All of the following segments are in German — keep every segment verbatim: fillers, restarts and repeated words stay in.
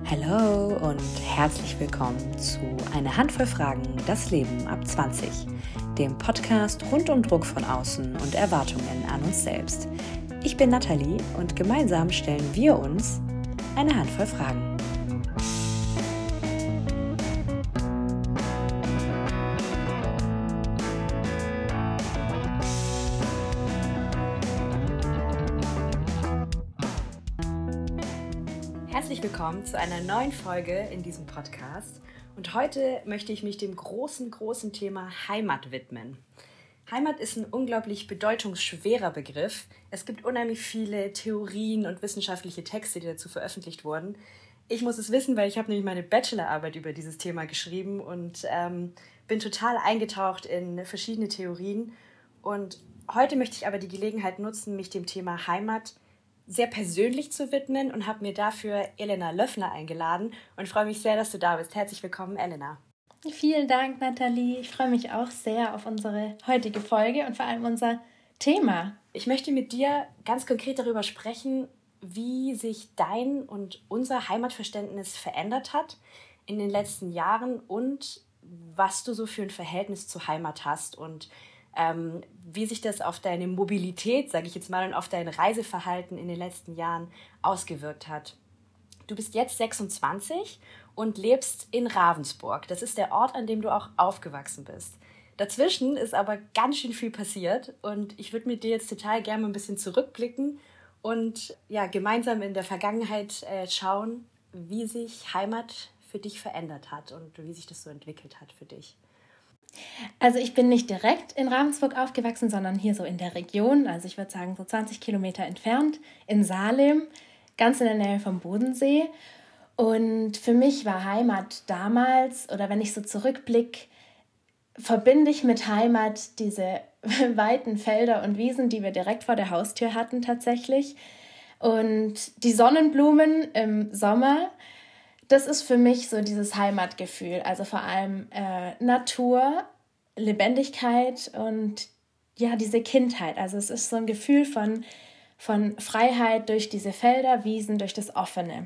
Hallo und herzlich willkommen zu Eine Handvoll Fragen, das Leben ab zwanzig, dem Podcast rund um Druck von außen und Erwartungen an uns selbst. Ich bin Nathalie und gemeinsam stellen wir uns eine Handvoll Fragen. Herzlich willkommen zu einer neuen Folge in diesem Podcast und heute möchte ich mich dem großen, großen Thema Heimat widmen. Heimat ist ein unglaublich bedeutungsschwerer Begriff. Es gibt unheimlich viele Theorien und wissenschaftliche Texte, die dazu veröffentlicht wurden. Ich muss es wissen, weil ich habe nämlich meine Bachelorarbeit über dieses Thema geschrieben und ähm, bin total eingetaucht in verschiedene Theorien. Und heute möchte ich aber die Gelegenheit nutzen, mich dem Thema Heimat sehr persönlich zu widmen und habe mir dafür Elena Löffner eingeladen und freue mich sehr, dass du da bist. Herzlich willkommen, Elena. Vielen Dank, Nathalie. Ich freue mich auch sehr auf unsere heutige Folge und vor allem unser Thema. Ich möchte mit dir ganz konkret darüber sprechen, wie sich dein und unser Heimatverständnis verändert hat in den letzten Jahren und was du so für ein Verhältnis zur Heimat hast und Ähm, wie sich das auf deine Mobilität, sage ich jetzt mal, und auf dein Reiseverhalten in den letzten Jahren ausgewirkt hat. Du bist jetzt sechsundzwanzig und lebst in Ravensburg. Das ist der Ort, an dem du auch aufgewachsen bist. Dazwischen ist aber ganz schön viel passiert und ich würde mit dir jetzt total gerne ein bisschen zurückblicken und ja, gemeinsam in der Vergangenheit äh, schauen, wie sich Heimat für dich verändert hat und wie sich das so entwickelt hat für dich. Also ich bin nicht direkt in Ravensburg aufgewachsen, sondern hier so in der Region, also ich würde sagen so zwanzig Kilometer entfernt, in Salem, ganz in der Nähe vom Bodensee. Und für mich war Heimat damals, oder wenn ich so zurückblicke, verbinde ich mit Heimat diese weiten Felder und Wiesen, die wir direkt vor der Haustür hatten tatsächlich. Und die Sonnenblumen im Sommer. Das ist für mich so dieses Heimatgefühl, also vor allem äh, Natur, Lebendigkeit und ja, diese Kindheit. Also es ist so ein Gefühl von, von Freiheit durch diese Felder, Wiesen, durch das Offene.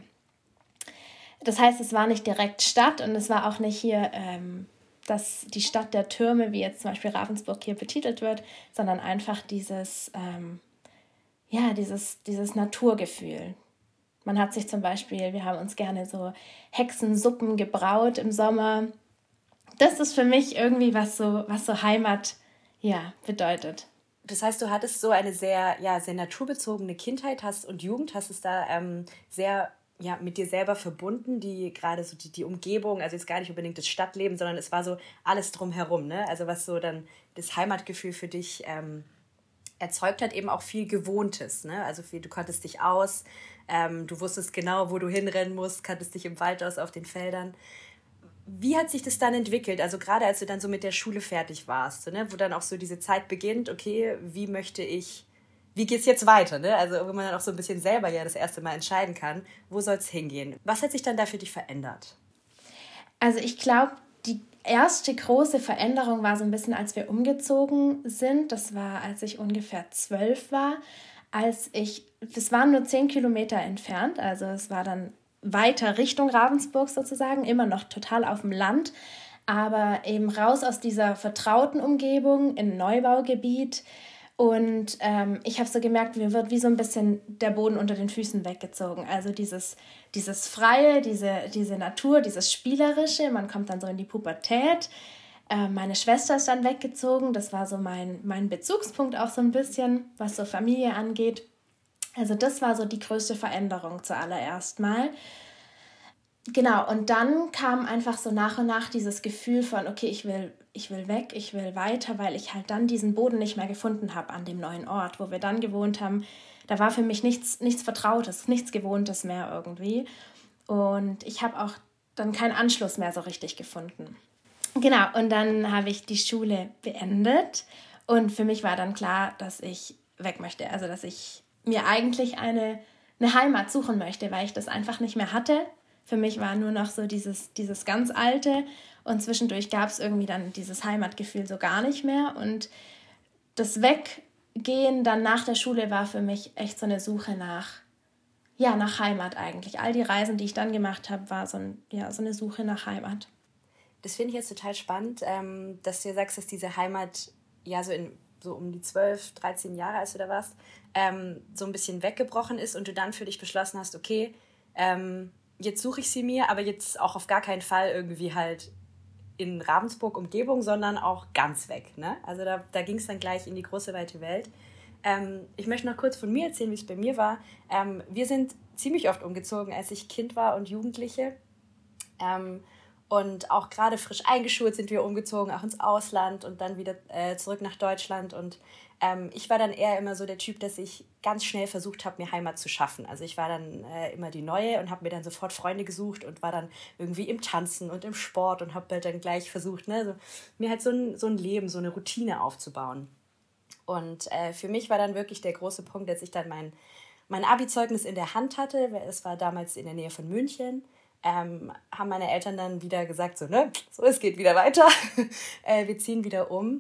Das heißt, es war nicht direkt Stadt und es war auch nicht hier ähm, das, die Stadt der Türme, wie jetzt zum Beispiel Ravensburg hier betitelt wird, sondern einfach dieses, ähm, ja, dieses, dieses Naturgefühl. Man hat sich zum Beispiel, wir haben uns gerne so Hexensuppen gebraut im Sommer. Das ist für mich irgendwie, was so, was so Heimat ja, bedeutet. Das heißt, du hattest so eine sehr, ja, sehr naturbezogene Kindheit hast und Jugend, hast es da ähm, sehr ja, mit dir selber verbunden, die gerade so die, die Umgebung, also jetzt gar nicht unbedingt das Stadtleben, sondern es war so alles drumherum, ne? Also was so dann das Heimatgefühl für dich ähm, erzeugt hat, eben auch viel Gewohntes, ne? Also viel, du konntest dich aus, ähm, du wusstest genau, wo du hinrennen musst, kanntest dich im Wald aus, auf den Feldern. Wie hat sich das dann entwickelt? Also gerade als du dann so mit der Schule fertig warst, so, ne? Wo dann auch so diese Zeit beginnt, okay, wie möchte ich, wie geht's jetzt weiter? Ne? Also wo man dann auch so ein bisschen selber ja das erste Mal entscheiden kann, wo soll es hingehen? Was hat sich dann da für dich verändert? Also ich glaube, die erste große Veränderung war so ein bisschen, als wir umgezogen sind. Das war, als ich ungefähr zwölf war. Als ich, das waren nur zehn Kilometer entfernt, also es war dann weiter Richtung Ravensburg sozusagen, immer noch total auf dem Land, aber eben raus aus dieser vertrauten Umgebung in ein Neubaugebiet. Und ähm, ich habe so gemerkt, mir wird wie so ein bisschen der Boden unter den Füßen weggezogen. Also dieses, dieses Freie, diese, diese Natur, dieses Spielerische, man kommt dann so in die Pubertät. Äh, meine Schwester ist dann weggezogen, das war so mein, mein Bezugspunkt auch so ein bisschen, was so Familie angeht. Also das war so die größte Veränderung zuallererst mal. Genau, und dann kam einfach so nach und nach dieses Gefühl von, okay, ich will, ich will weg, ich will weiter, weil ich halt dann diesen Boden nicht mehr gefunden habe an dem neuen Ort, wo wir dann gewohnt haben. Da war für mich nichts, nichts Vertrautes, nichts Gewohntes mehr irgendwie. Und ich habe auch dann keinen Anschluss mehr so richtig gefunden. Genau, und dann habe ich die Schule beendet und für mich war dann klar, dass ich weg möchte, also dass ich mir eigentlich eine, eine Heimat suchen möchte, weil ich das einfach nicht mehr hatte. Für mich war nur noch so dieses, dieses ganz Alte und zwischendurch gab es irgendwie dann dieses Heimatgefühl so gar nicht mehr. Und das Weggehen dann nach der Schule war für mich echt so eine Suche nach, ja, nach Heimat eigentlich. All die Reisen, die ich dann gemacht habe, war so, ein, ja, so eine Suche nach Heimat. Das finde ich jetzt total spannend, ähm, dass du sagst, dass diese Heimat ja so, in, so um die zwölf, dreizehn Jahre, als du da warst, ähm, so ein bisschen weggebrochen ist und du dann für dich beschlossen hast, okay, ähm, jetzt suche ich sie mir, aber jetzt auch auf gar keinen Fall irgendwie halt in Ravensburg Umgebung, sondern auch ganz weg. Ne? Also da, da ging es dann gleich in die große, weite Welt. Ähm, ich möchte noch kurz von mir erzählen, wie es bei mir war. Ähm, wir sind ziemlich oft umgezogen, als ich Kind war und Jugendliche. Ähm, und auch gerade frisch eingeschult sind wir umgezogen, auch ins Ausland und dann wieder äh, zurück nach Deutschland. Und ähm, ich war dann eher immer so der Typ, dass ich ganz schnell versucht habe, mir Heimat zu schaffen. Also ich war dann äh, immer die Neue und habe mir dann sofort Freunde gesucht und war dann irgendwie im Tanzen und im Sport und habe halt dann gleich versucht, ne, so, mir halt so ein, so ein Leben, so eine Routine aufzubauen. Und äh, für mich war dann wirklich der große Punkt, dass ich dann mein, mein Abi-Zeugnis in der Hand hatte. Es war damals in der Nähe von München. Ähm, haben meine Eltern dann wieder gesagt, so, ne, so, es geht wieder weiter. äh, wir ziehen wieder um.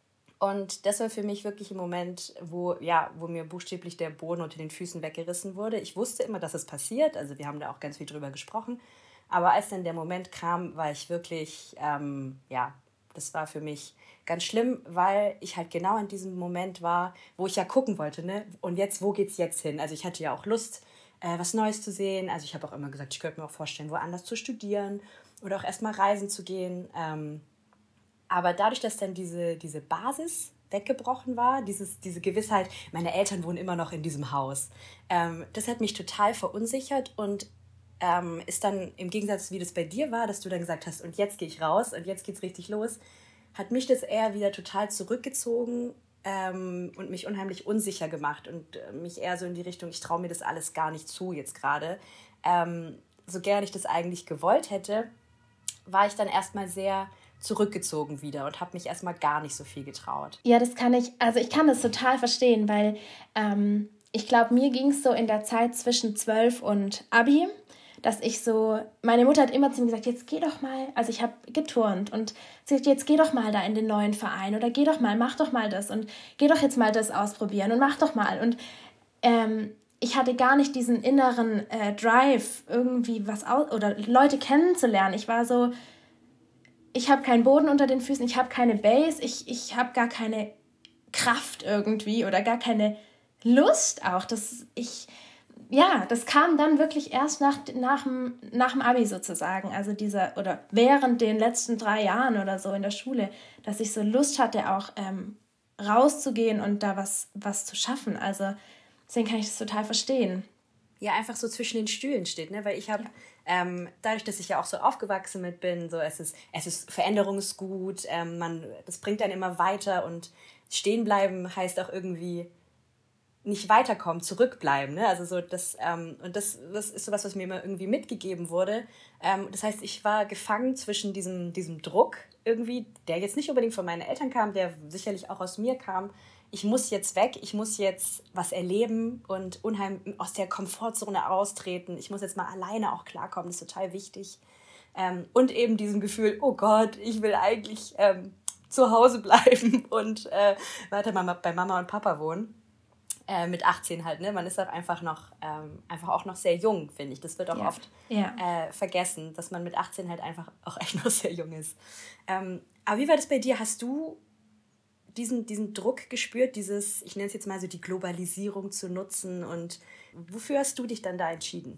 Und das war für mich wirklich ein Moment, wo, ja, wo mir buchstäblich der Boden unter den Füßen weggerissen wurde. Ich wusste immer, dass es passiert. Also wir haben da auch ganz viel drüber gesprochen. Aber als dann der Moment kam, war ich wirklich, ähm, ja, das war für mich ganz schlimm, weil ich halt genau in diesem Moment war, wo ich ja gucken wollte, ne? Und jetzt, wo geht's jetzt hin? Also ich hatte ja auch Lust, äh, was Neues zu sehen. Also ich habe auch immer gesagt, ich könnte mir auch vorstellen, woanders zu studieren oder auch erstmal reisen zu gehen. Ähm, aber dadurch, dass dann diese, diese Basis weggebrochen war, dieses, diese Gewissheit, meine Eltern wohnen immer noch in diesem Haus, ähm, das hat mich total verunsichert und ähm, ist dann im Gegensatz, wie das bei dir war, dass du dann gesagt hast, und jetzt gehe ich raus und jetzt geht's richtig los, hat mich das eher wieder total zurückgezogen ähm, und mich unheimlich unsicher gemacht und äh, mich eher so in die Richtung, ich traue mir das alles gar nicht zu jetzt gerade. Ähm, so gern ich das eigentlich gewollt hätte, war ich dann erstmal sehr zurückgezogen wieder und habe mich erstmal gar nicht so viel getraut. Ja, das kann ich, also ich kann das total verstehen, weil ähm, ich glaube, mir ging es so in der Zeit zwischen zwölf und Abi, dass ich so, meine Mutter hat immer zu mir gesagt, jetzt geh doch mal, also ich habe geturnt und sie sagt, jetzt geh doch mal da in den neuen Verein oder geh doch mal, mach doch mal das und geh doch jetzt mal das ausprobieren und mach doch mal. Und ähm, ich hatte gar nicht diesen inneren äh, Drive, irgendwie was aus oder Leute kennenzulernen. Ich war so, ich habe keinen Boden unter den Füßen, ich habe keine Base, ich, ich habe gar keine Kraft irgendwie oder gar keine Lust auch. Das, ich, ja, das kam dann wirklich erst nach, nach, dem, nach dem Abi sozusagen, also dieser, oder während den letzten drei Jahren oder so in der Schule, dass ich so Lust hatte, auch ähm, rauszugehen und da was, was zu schaffen. Also deswegen kann ich das total verstehen. Ja, einfach so zwischen den Stühlen steht, ne? Weil ich habe, ja. ähm, dadurch, dass ich ja auch so aufgewachsen mit bin, so es ist, es ist Veränderung ist gut, ähm, man, das bringt einen immer weiter und stehen bleiben heißt auch irgendwie nicht weiterkommen, zurückbleiben, ne? Also so das, ähm, und das, das ist sowas, was mir immer irgendwie mitgegeben wurde. Ähm, das heißt, ich war gefangen zwischen diesem, diesem Druck irgendwie, der jetzt nicht unbedingt von meinen Eltern kam, der sicherlich auch aus mir kam. Ich muss jetzt weg, ich muss jetzt was erleben und unheimlich aus der Komfortzone austreten. Ich muss jetzt mal alleine auch klarkommen, das ist total wichtig. Ähm, und eben diesem Gefühl, oh Gott, ich will eigentlich ähm, zu Hause bleiben und äh, weiter mal bei Mama und Papa wohnen. Äh, mit achtzehn halt, ne? Man ist auch einfach noch, ähm, einfach auch noch sehr jung, finde ich. Das wird auch ja. oft ja. Äh, vergessen, dass man mit achtzehn halt einfach auch echt noch sehr jung ist. Ähm, aber wie war das bei dir? Hast du diesen, diesen Druck gespürt, dieses, ich nenne es jetzt mal so, die Globalisierung zu nutzen und wofür hast du dich dann da entschieden?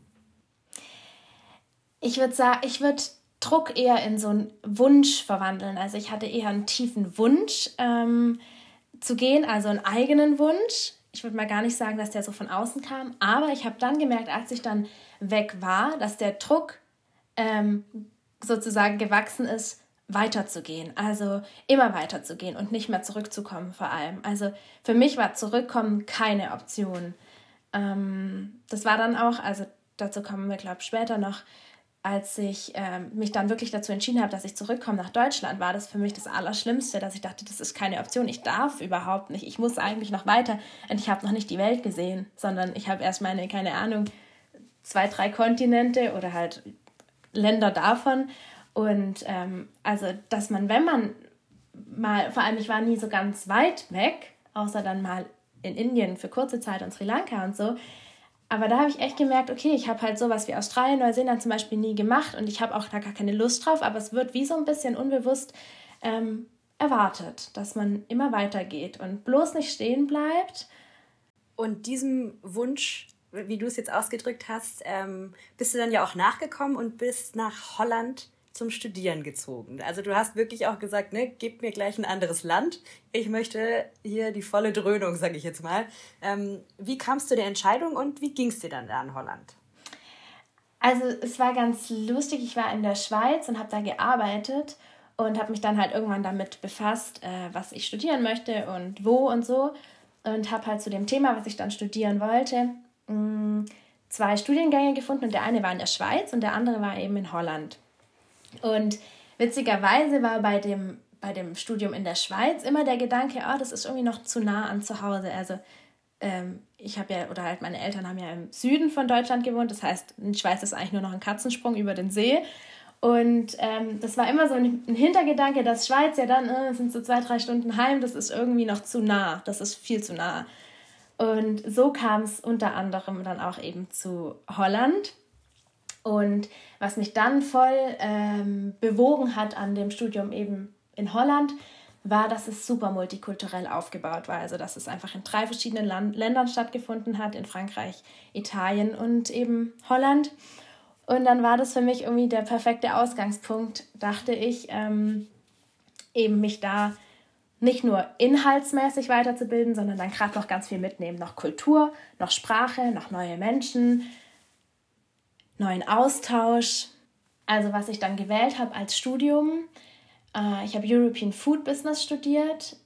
Ich würde sagen, ich würde Druck eher in so einen Wunsch verwandeln. Also ich hatte eher einen tiefen Wunsch ähm, zu gehen, also einen eigenen Wunsch. Ich würde mal gar nicht sagen, dass der so von außen kam, aber ich habe dann gemerkt, als ich dann weg war, dass der Druck ähm, sozusagen gewachsen ist, weiterzugehen, also immer weiterzugehen und nicht mehr zurückzukommen vor allem. Also für mich war Zurückkommen keine Option. Ähm, das war dann auch, also dazu kommen wir, glaube ich, später noch, als ich ähm, mich dann wirklich dazu entschieden habe, dass ich zurückkomme nach Deutschland, war das für mich das Allerschlimmste, dass ich dachte, das ist keine Option, ich darf überhaupt nicht, ich muss eigentlich noch weiter und ich habe noch nicht die Welt gesehen, sondern ich habe erst meine, keine Ahnung, zwei, drei Kontinente oder halt Länder davon und ähm, also, dass man, wenn man mal, vor allem ich war nie so ganz weit weg, außer dann mal in Indien für kurze Zeit und Sri Lanka und so, Aber da habe ich echt gemerkt, okay, ich habe halt sowas wie Australien, Neuseeland zum Beispiel nie gemacht und ich habe auch da gar keine Lust drauf, aber es wird wie so ein bisschen unbewusst ähm, erwartet, dass man immer weitergeht und bloß nicht stehen bleibt. Und diesem Wunsch, wie du es jetzt ausgedrückt hast, ähm, bist du dann ja auch nachgekommen und bist nach Holland zum Studieren gezogen. Also du hast wirklich auch gesagt, ne, gib mir gleich ein anderes Land. Ich möchte hier die volle Dröhnung, sage ich jetzt mal. Ähm, wie kamst du der Entscheidung und wie ging es dir dann da in Holland? Also es war ganz lustig. Ich war in der Schweiz und habe da gearbeitet und habe mich dann halt irgendwann damit befasst, äh, was ich studieren möchte und wo und so. Und habe halt zu dem Thema, was ich dann studieren wollte, mh, zwei Studiengänge gefunden. Und der eine war in der Schweiz und der andere war eben in Holland. Und witzigerweise war bei dem, bei dem Studium in der Schweiz immer der Gedanke, oh, das ist irgendwie noch zu nah an zu Hause. Also ähm, ich habe ja, oder halt meine Eltern haben ja im Süden von Deutschland gewohnt. Das heißt, in der Schweiz ist eigentlich nur noch ein Katzensprung über den See. Und ähm, das war immer so ein, ein Hintergedanke, dass Schweiz ja dann, äh, sind so zwei, drei Stunden heim, das ist irgendwie noch zu nah. Das ist viel zu nah. Und so kam es unter anderem dann auch eben zu Holland. Und was mich dann voll ähm, bewogen hat an dem Studium eben in Holland, war, dass es super multikulturell aufgebaut war. Also dass es einfach in drei verschiedenen Land- Ländern stattgefunden hat, in Frankreich, Italien und eben Holland. Und dann war das für mich irgendwie der perfekte Ausgangspunkt, dachte ich, ähm, eben mich da nicht nur inhaltsmäßig weiterzubilden, sondern dann gerade noch ganz viel mitnehmen. Noch Kultur, noch Sprache, noch neue Menschen, neuen Austausch. Also was ich dann gewählt habe als Studium, äh, ich habe European Food Business studiert,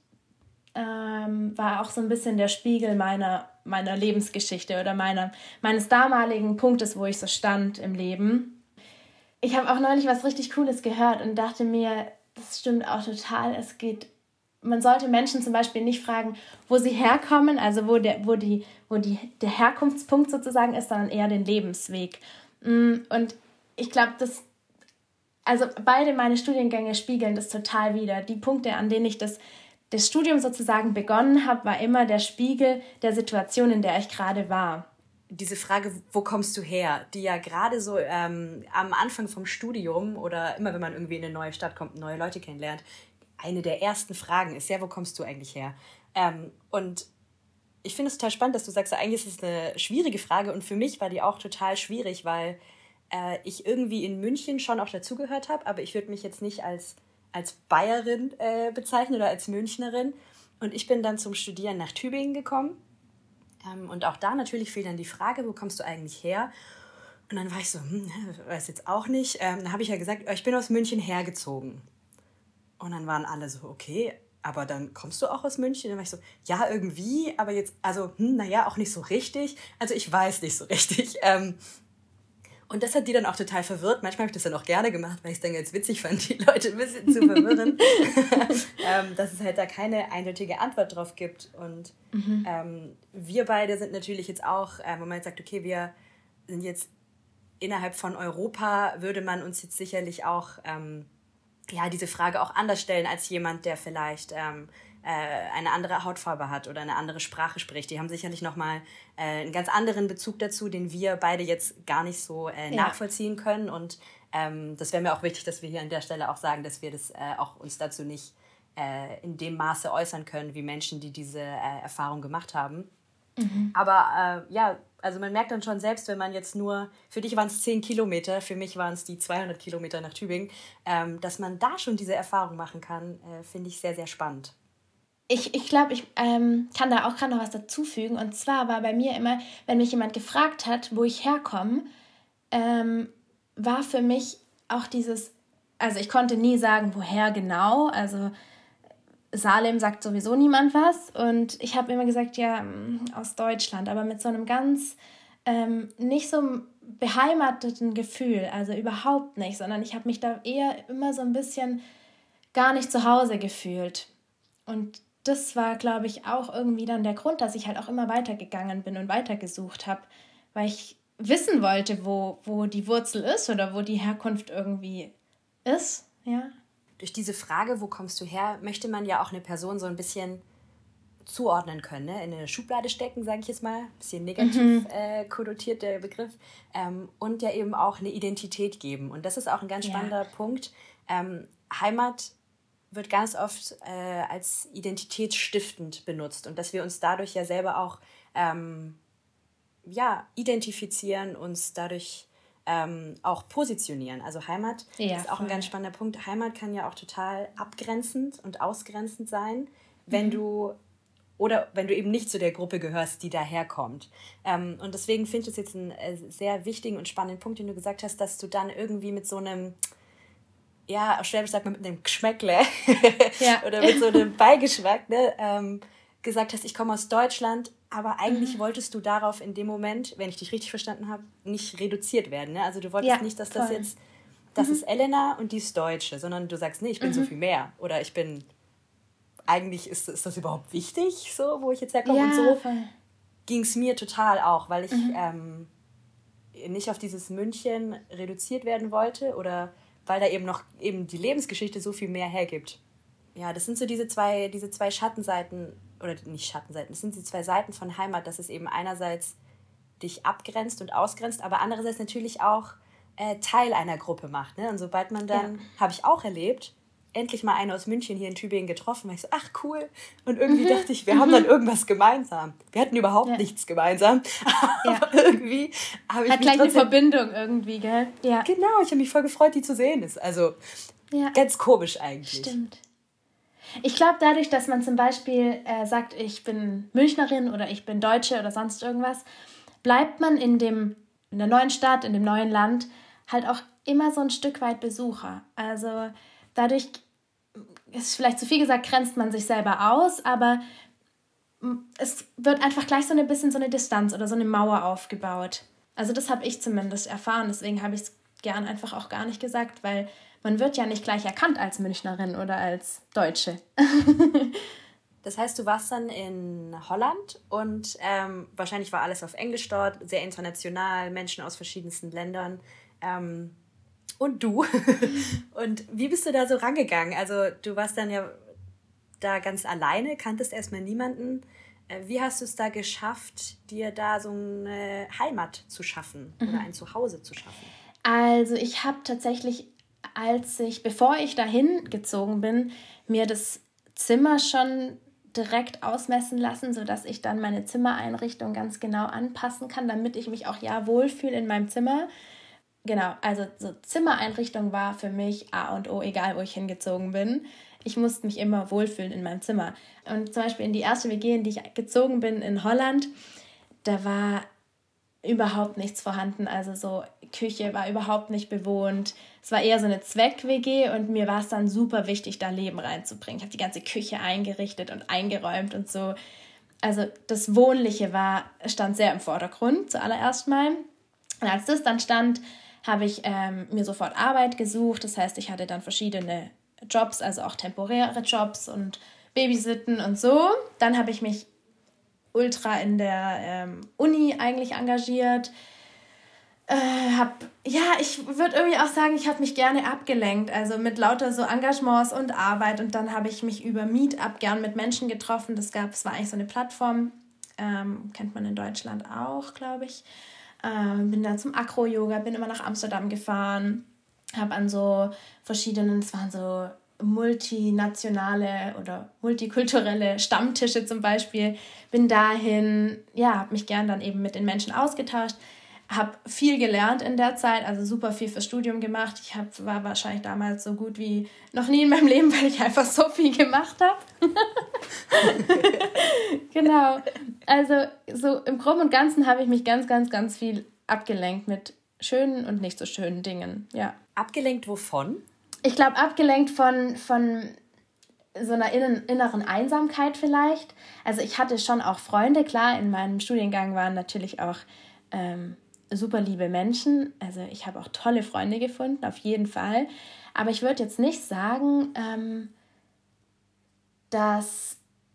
ähm, war auch so ein bisschen der Spiegel meiner, meiner Lebensgeschichte oder meiner, meines damaligen Punktes, wo ich so stand im Leben. Ich habe auch neulich was richtig Cooles gehört und dachte mir, das stimmt auch total, es geht, man sollte Menschen zum Beispiel nicht fragen, wo sie herkommen, also wo, der, wo, die, wo die, der Herkunftspunkt sozusagen ist, sondern eher den Lebensweg. Und ich glaube, dass, also beide meine Studiengänge spiegeln das total wider. Die Punkte, an denen ich das, das Studium sozusagen begonnen habe, war immer der Spiegel der Situation, in der ich gerade war. Diese Frage, wo kommst du her, die ja gerade so ähm, am Anfang vom Studium oder immer, wenn man irgendwie in eine neue Stadt kommt, neue Leute kennenlernt, eine der ersten Fragen ist, ja, wo kommst du eigentlich her? Ähm, und ich finde es total spannend, dass du sagst, eigentlich ist es eine schwierige Frage und für mich war die auch total schwierig, weil äh, ich irgendwie in München schon auch dazugehört habe, aber ich würde mich jetzt nicht als, als Bayerin äh, bezeichnen oder als Münchnerin. Und ich bin dann zum Studieren nach Tübingen gekommen ähm, und auch da natürlich fiel dann die Frage, wo kommst du eigentlich her? Und dann war ich so, hm, weiß jetzt auch nicht. Ähm, dann habe ich ja gesagt, ich bin aus München hergezogen. Und dann waren alle so, okay, aber dann kommst du auch aus München? Und dann war ich so, ja, irgendwie, aber jetzt, also, hm, naja, auch nicht so richtig. Also ich weiß nicht so richtig. Ähm, und das hat die dann auch total verwirrt. Manchmal habe ich das dann auch gerne gemacht, weil ich es dann ganz witzig fand, die Leute ein bisschen zu verwirren. ähm, dass es halt da keine eindeutige Antwort drauf gibt. Und mhm. ähm, wir beide sind natürlich jetzt auch, äh, wenn man jetzt sagt, okay, wir sind jetzt innerhalb von Europa, würde man uns jetzt sicherlich auch ähm, ja, diese Frage auch anders stellen als jemand, der vielleicht ähm, äh, eine andere Hautfarbe hat oder eine andere Sprache spricht. Die haben sicherlich nochmal äh, einen ganz anderen Bezug dazu, den wir beide jetzt gar nicht so äh, ja. nachvollziehen können. Und ähm, das wäre mir auch wichtig, dass wir hier an der Stelle auch sagen, dass wir das äh, auch uns dazu nicht äh, in dem Maße äußern können, wie Menschen, die diese äh, Erfahrung gemacht haben. Mhm. Aber äh, ja, also man merkt dann schon selbst, wenn man jetzt nur, für dich waren es zehn Kilometer, für mich waren es die zweihundert Kilometer nach Tübingen, ähm, dass man da schon diese Erfahrung machen kann, äh, finde ich sehr, sehr spannend. Ich, ich glaube, ich ähm, kann da auch gerade noch was dazu fügen. Und zwar war bei mir immer, wenn mich jemand gefragt hat, wo ich herkomme, ähm, war für mich auch dieses, also ich konnte nie sagen, woher genau, also Salem sagt sowieso niemand was und ich habe immer gesagt, ja, aus Deutschland, aber mit so einem ganz ähm, nicht so beheimateten Gefühl, also überhaupt nicht, sondern ich habe mich da eher immer so ein bisschen gar nicht zu Hause gefühlt. Und das war, glaube ich, auch irgendwie dann der Grund, dass ich halt auch immer weitergegangen bin und weitergesucht habe, weil ich wissen wollte, wo, wo die Wurzel ist oder wo die Herkunft irgendwie ist, ja. Durch diese Frage, wo kommst du her, möchte man ja auch eine Person so ein bisschen zuordnen können, ne? In eine Schublade stecken, sage ich jetzt mal, bisschen negativ mhm. äh, konnotiert der Begriff, ähm, und ja eben auch eine Identität geben. Und das ist auch ein ganz spannender ja. Punkt. Ähm, Heimat wird ganz oft äh, als identitätsstiftend benutzt und dass wir uns dadurch ja selber auch ähm, ja, identifizieren, uns dadurch ähm, auch positionieren. Also Heimat ja, ist auch voll. Ein ganz spannender Punkt. Heimat kann ja auch total abgrenzend und ausgrenzend sein, wenn mhm. du oder wenn du eben nicht zu der Gruppe gehörst, die daherkommt. Ähm, und deswegen finde ich das jetzt einen äh, sehr wichtigen und spannenden Punkt, den du gesagt hast, dass du dann irgendwie mit so einem, ja, auf Schwäbisch sagt man mit einem Geschmäckle ja. oder mit so einem Beigeschmack, ne, ähm, gesagt hast, ich komme aus Deutschland, aber eigentlich mhm. wolltest du darauf in dem Moment, wenn ich dich richtig verstanden habe, nicht reduziert werden. Ne? Also du wolltest ja, nicht, dass das voll. Jetzt, das mhm. ist Elena und die ist Deutsche, sondern du sagst, nee, ich bin mhm. so viel mehr. Oder ich bin, eigentlich ist, ist das überhaupt wichtig, so, wo ich jetzt herkomme. Ja, und so ging es mir total auch, weil ich mhm. ähm, nicht auf dieses München reduziert werden wollte oder weil da eben noch eben die Lebensgeschichte so viel mehr hergibt. Ja, das sind so diese zwei, diese zwei Schattenseiten, oder nicht Schattenseiten, das sind die zwei Seiten von Heimat, dass es eben einerseits dich abgrenzt und ausgrenzt, aber andererseits natürlich auch äh, Teil einer Gruppe macht. Ne? Und sobald man dann, ja. habe ich auch erlebt, endlich mal eine aus München hier in Tübingen getroffen, war ich so, ach cool. Und irgendwie mhm. dachte ich, wir mhm. haben dann irgendwas gemeinsam. Wir hatten überhaupt ja. nichts gemeinsam, aber ja. irgendwie habe ich Hat mich gleich trotzdem, eine Verbindung irgendwie, gell? Ja. Genau, ich habe mich voll gefreut, die zu sehen. Ist also ja. ganz komisch eigentlich. Stimmt. Ich glaube, dadurch, dass man zum Beispiel äh, sagt, ich bin Münchnerin oder ich bin Deutsche oder sonst irgendwas, bleibt man in, dem, in der neuen Stadt, in dem neuen Land halt auch immer so ein Stück weit Besucher. Also dadurch, ist vielleicht zu viel gesagt, grenzt man sich selber aus, aber es wird einfach gleich so ein bisschen so eine Distanz oder so eine Mauer aufgebaut. Also das habe ich zumindest erfahren, deswegen habe ich es gern einfach auch gar nicht gesagt, weil man wird ja nicht gleich erkannt als Münchnerin oder als Deutsche. Das heißt, du warst dann in Holland und ähm, wahrscheinlich war alles auf Englisch dort, sehr international, Menschen aus verschiedensten Ländern. Ähm, und du. Und wie bist du da so rangegangen? Also du warst dann ja da ganz alleine, kanntest erstmal niemanden. Äh, wie hast du es da geschafft, dir da so eine Heimat zu schaffen oder ein Zuhause zu schaffen? Also ich habe tatsächlich, als ich, bevor ich dahin gezogen bin, mir das Zimmer schon direkt ausmessen lassen, sodass ich dann meine Zimmereinrichtung ganz genau anpassen kann, damit ich mich auch ja wohlfühle in meinem Zimmer. Genau, also so Zimmereinrichtung war für mich A und O, egal wo ich hingezogen bin. Ich musste mich immer wohlfühlen in meinem Zimmer. Und zum Beispiel in die erste W G, in die ich gezogen bin in Holland, da war überhaupt nichts vorhanden. Also so Küche war überhaupt nicht bewohnt. Es war eher so eine Zweck-W G und mir war es dann super wichtig, da Leben reinzubringen. Ich habe die ganze Küche eingerichtet und eingeräumt und so. Also das Wohnliche war, stand sehr im Vordergrund zuallererst mal. Und als das dann stand, habe ich ähm, mir sofort Arbeit gesucht. Das heißt, ich hatte dann verschiedene Jobs, also auch temporäre Jobs und Babysitten und so. Dann habe ich mich ultra in der ähm, Uni eigentlich engagiert. Äh, hab, ja, ich würde irgendwie auch sagen, ich habe mich gerne abgelenkt, also mit lauter so Engagements und Arbeit. Und dann habe ich mich über Meetup gern mit Menschen getroffen. Das gab, es war eigentlich so eine Plattform, ähm, kennt man in Deutschland auch, glaube ich. Ähm, bin dann zum Acro-Yoga, bin immer nach Amsterdam gefahren, habe an so verschiedenen, es waren so multinationale oder multikulturelle Stammtische zum Beispiel, bin dahin, ja, habe mich gern dann eben mit den Menschen ausgetauscht, habe viel gelernt in der Zeit, also super viel fürs Studium gemacht. Ich hab, war wahrscheinlich damals so gut wie noch nie in meinem Leben, weil ich einfach so viel gemacht habe. Genau, also so im Groben und Ganzen habe ich mich ganz, ganz, ganz viel abgelenkt mit schönen und nicht so schönen Dingen, ja. Abgelenkt wovon? Ich glaube, abgelenkt von, von so einer innen, inneren Einsamkeit vielleicht. Also ich hatte schon auch Freunde, klar, in meinem Studiengang waren natürlich auch ähm, super liebe Menschen. Also ich habe auch tolle Freunde gefunden, auf jeden Fall. Aber ich würde jetzt nicht sagen, ähm, dass,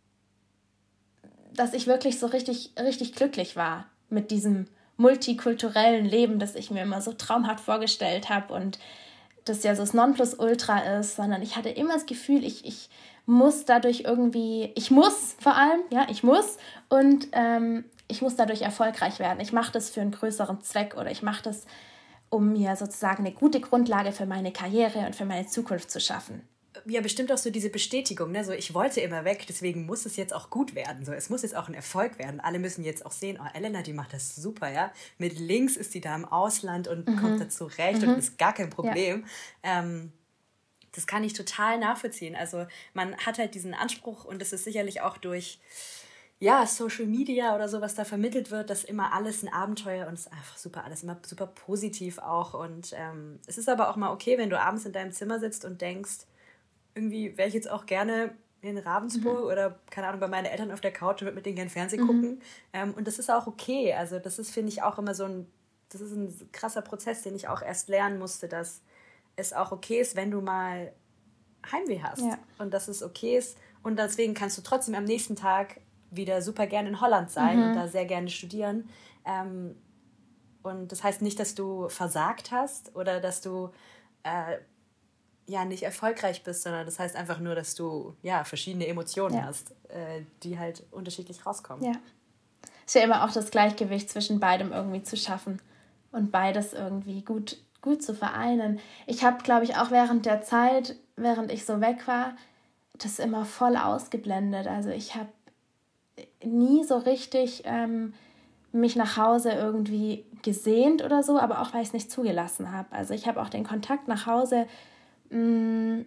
dass ich wirklich so richtig, richtig glücklich war mit diesem multikulturellen Leben, das ich mir immer so traumhaft vorgestellt habe und das ja so das Nonplusultra ist, sondern ich hatte immer das Gefühl, ich, ich muss dadurch irgendwie, ich muss vor allem, ja, ich muss und ähm, ich muss dadurch erfolgreich werden. Ich mache das für einen größeren Zweck oder ich mache das, um mir sozusagen eine gute Grundlage für meine Karriere und für meine Zukunft zu schaffen. Ja, bestimmt auch so diese Bestätigung, ne? So, ich wollte immer weg, deswegen muss es jetzt auch gut werden. So, es muss jetzt auch ein Erfolg werden. Alle müssen jetzt auch sehen, oh, Elena, die macht das super, ja. Mit links ist sie da im Ausland und mhm. kommt da zurecht mhm. und ist gar kein Problem. Ja. Ähm, das kann ich total nachvollziehen. Also man hat halt diesen Anspruch und das ist sicherlich auch durch ja, Social Media oder so, was da vermittelt wird, dass immer alles ein Abenteuer und es ist einfach super, alles immer super positiv auch. Und ähm, es ist aber auch mal okay, wenn du abends in deinem Zimmer sitzt und denkst, irgendwie wäre ich jetzt auch gerne in Ravensburg mhm. oder, keine Ahnung, bei meinen Eltern auf der Couch und würde mit denen gerne Fernsehen mhm. gucken. Ähm, und das ist auch okay. Also das ist, finde ich, auch immer so ein, das ist ein krasser Prozess, den ich auch erst lernen musste, dass es auch okay ist, wenn du mal Heimweh hast. Ja. Und dass es okay ist. Und deswegen kannst du trotzdem am nächsten Tag wieder super gerne in Holland sein mhm. und da sehr gerne studieren. Ähm, und das heißt nicht, dass du versagt hast oder dass du äh, ja nicht erfolgreich bist, sondern das heißt einfach nur, dass du ja verschiedene Emotionen ja. hast, äh, die halt unterschiedlich rauskommen. Ja. Es ist ja immer auch das Gleichgewicht zwischen beidem irgendwie zu schaffen und beides irgendwie gut, gut zu vereinen. Ich habe, glaube ich, auch während der Zeit, während ich so weg war, das immer voll ausgeblendet. Also ich habe nie so richtig ähm, mich nach Hause irgendwie gesehnt oder so, aber auch, weil ich es nicht zugelassen habe. Also ich habe auch den Kontakt nach Hause mh,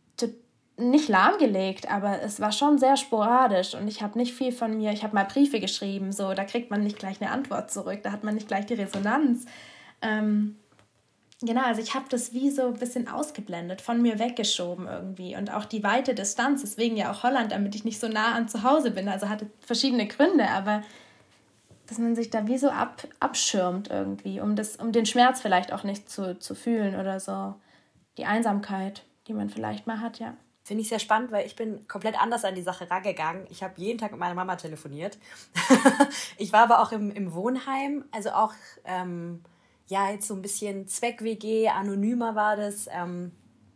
nicht lahmgelegt, aber es war schon sehr sporadisch und ich habe nicht viel von mir, ich habe mal Briefe geschrieben, so, da kriegt man nicht gleich eine Antwort zurück, da hat man nicht gleich die Resonanz. Ähm, Genau, also ich habe das wie so ein bisschen ausgeblendet, von mir weggeschoben irgendwie. Und auch die weite Distanz, deswegen ja auch Holland, damit ich nicht so nah an zu Hause bin. Also hatte verschiedene Gründe, aber dass man sich da wie so ab, abschirmt irgendwie, um, das, um den Schmerz vielleicht auch nicht zu, zu fühlen oder so. Die Einsamkeit, die man vielleicht mal hat, ja. Finde ich sehr spannend, weil ich bin komplett anders an die Sache rangegangen. Ich habe jeden Tag mit meiner Mama telefoniert. Ich war aber auch im, im Wohnheim, also auch... Ähm, ja, jetzt so ein bisschen Zweck-W G, anonymer war das. Ähm,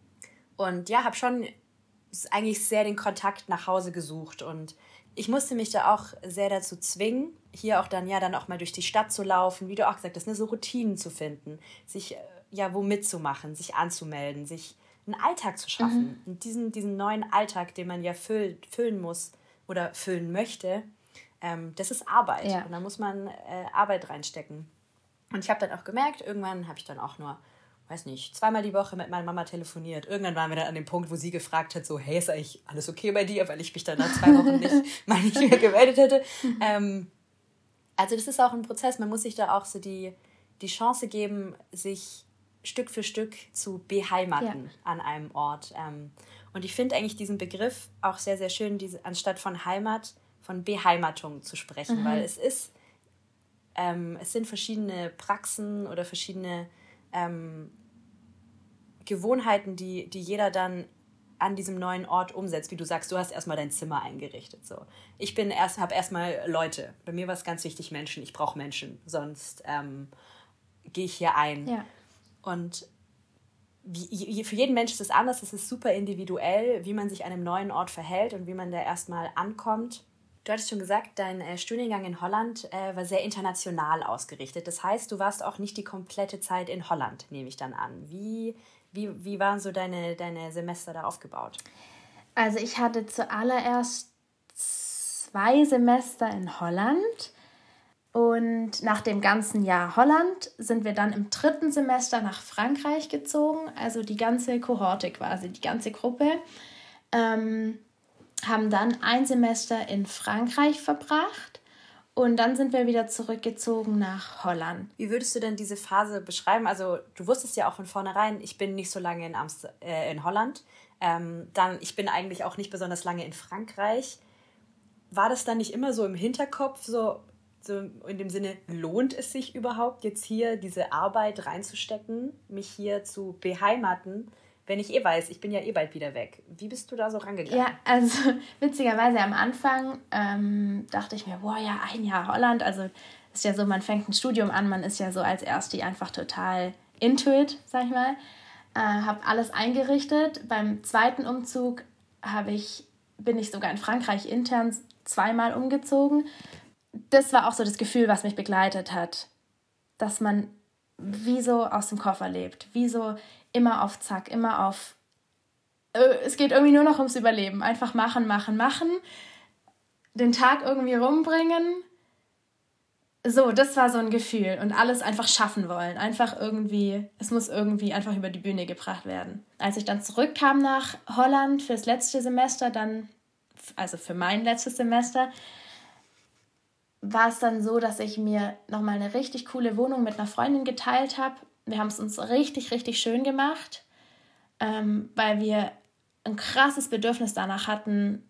und ja, habe schon eigentlich sehr den Kontakt nach Hause gesucht. Und ich musste mich da auch sehr dazu zwingen, hier auch dann ja dann auch mal durch die Stadt zu laufen, wie du auch gesagt hast, ne, so Routinen zu finden, sich ja wo mitzumachen, sich anzumelden, sich einen Alltag zu schaffen. Mhm. Und diesen, diesen neuen Alltag, den man ja füll, füllen muss oder füllen möchte, ähm, das ist Arbeit. Ja. Und da muss man äh, Arbeit reinstecken. Und ich habe dann auch gemerkt, irgendwann habe ich dann auch nur, weiß nicht, zweimal die Woche mit meiner Mama telefoniert. Irgendwann waren wir dann an dem Punkt, wo sie gefragt hat, so, hey, ist eigentlich alles okay bei dir? Weil ich mich dann nach zwei Wochen nicht, mal nicht mehr gemeldet hätte. ähm, also das ist auch ein Prozess. Man muss sich da auch so die, die Chance geben, sich Stück für Stück zu beheimaten ja. an einem Ort. Ähm, und ich finde eigentlich diesen Begriff auch sehr, sehr schön, diese, anstatt von Heimat, von Beheimatung zu sprechen. Mhm. Weil es ist... Ähm, es sind verschiedene Praxen oder verschiedene ähm, Gewohnheiten, die, die jeder dann an diesem neuen Ort umsetzt. Wie du sagst, du hast erstmal dein Zimmer eingerichtet. So. Ich bin erst, habe erstmal Leute. Bei mir war es ganz wichtig, Menschen. Ich brauche Menschen, sonst ähm, gehe ich hier ein. Ja. Und wie, für jeden Mensch ist es anders. Es ist super individuell, wie man sich an einem neuen Ort verhält und wie man da erstmal ankommt. Du hattest schon gesagt, dein äh, Studiengang in Holland äh, war sehr international ausgerichtet. Das heißt, du warst auch nicht die komplette Zeit in Holland, nehme ich dann an. Wie, wie, wie waren so deine, deine Semester da aufgebaut? Also ich hatte zuallererst zwei Semester in Holland und nach dem ganzen Jahr Holland sind wir dann im dritten Semester nach Frankreich gezogen. Also die ganze Kohorte quasi, die ganze Gruppe. Ähm, haben dann ein Semester in Frankreich verbracht und dann sind wir wieder zurückgezogen nach Holland. Wie würdest du denn diese Phase beschreiben? Also du wusstest ja auch von vornherein, ich bin nicht so lange in, Amst- äh, in Holland, ähm, dann ich bin eigentlich auch nicht besonders lange in Frankreich. War das dann nicht immer so im Hinterkopf, so, so in dem Sinne, lohnt es sich überhaupt jetzt hier diese Arbeit reinzustecken, mich hier zu beheimaten? Wenn ich eh weiß, ich bin ja eh bald wieder weg. Wie bist du da so rangegangen? Ja, also witzigerweise am Anfang ähm, dachte ich mir, boah, ja, ein Jahr Holland. Also ist ja so, man fängt ein Studium an, man ist ja so als Ersti einfach total into it, sag ich mal. äh, habe alles eingerichtet. Beim zweiten Umzug habe ich, bin ich sogar in Frankreich intern zweimal umgezogen. Das war auch so das Gefühl, was mich begleitet hat, dass man wie so aus dem Koffer lebt, wie so immer auf Zack, immer auf, äh, es geht irgendwie nur noch ums Überleben, einfach machen, machen, machen, den Tag irgendwie rumbringen. So, das war so ein Gefühl und alles einfach schaffen wollen, einfach irgendwie, es muss irgendwie einfach über die Bühne gebracht werden. Als ich dann zurückkam nach Holland fürs letzte Semester, dann, also für mein letztes Semester, war es dann so, dass ich mir nochmal eine richtig coole Wohnung mit einer Freundin geteilt habe. Wir haben es uns richtig, richtig schön gemacht, ähm, weil wir ein krasses Bedürfnis danach hatten,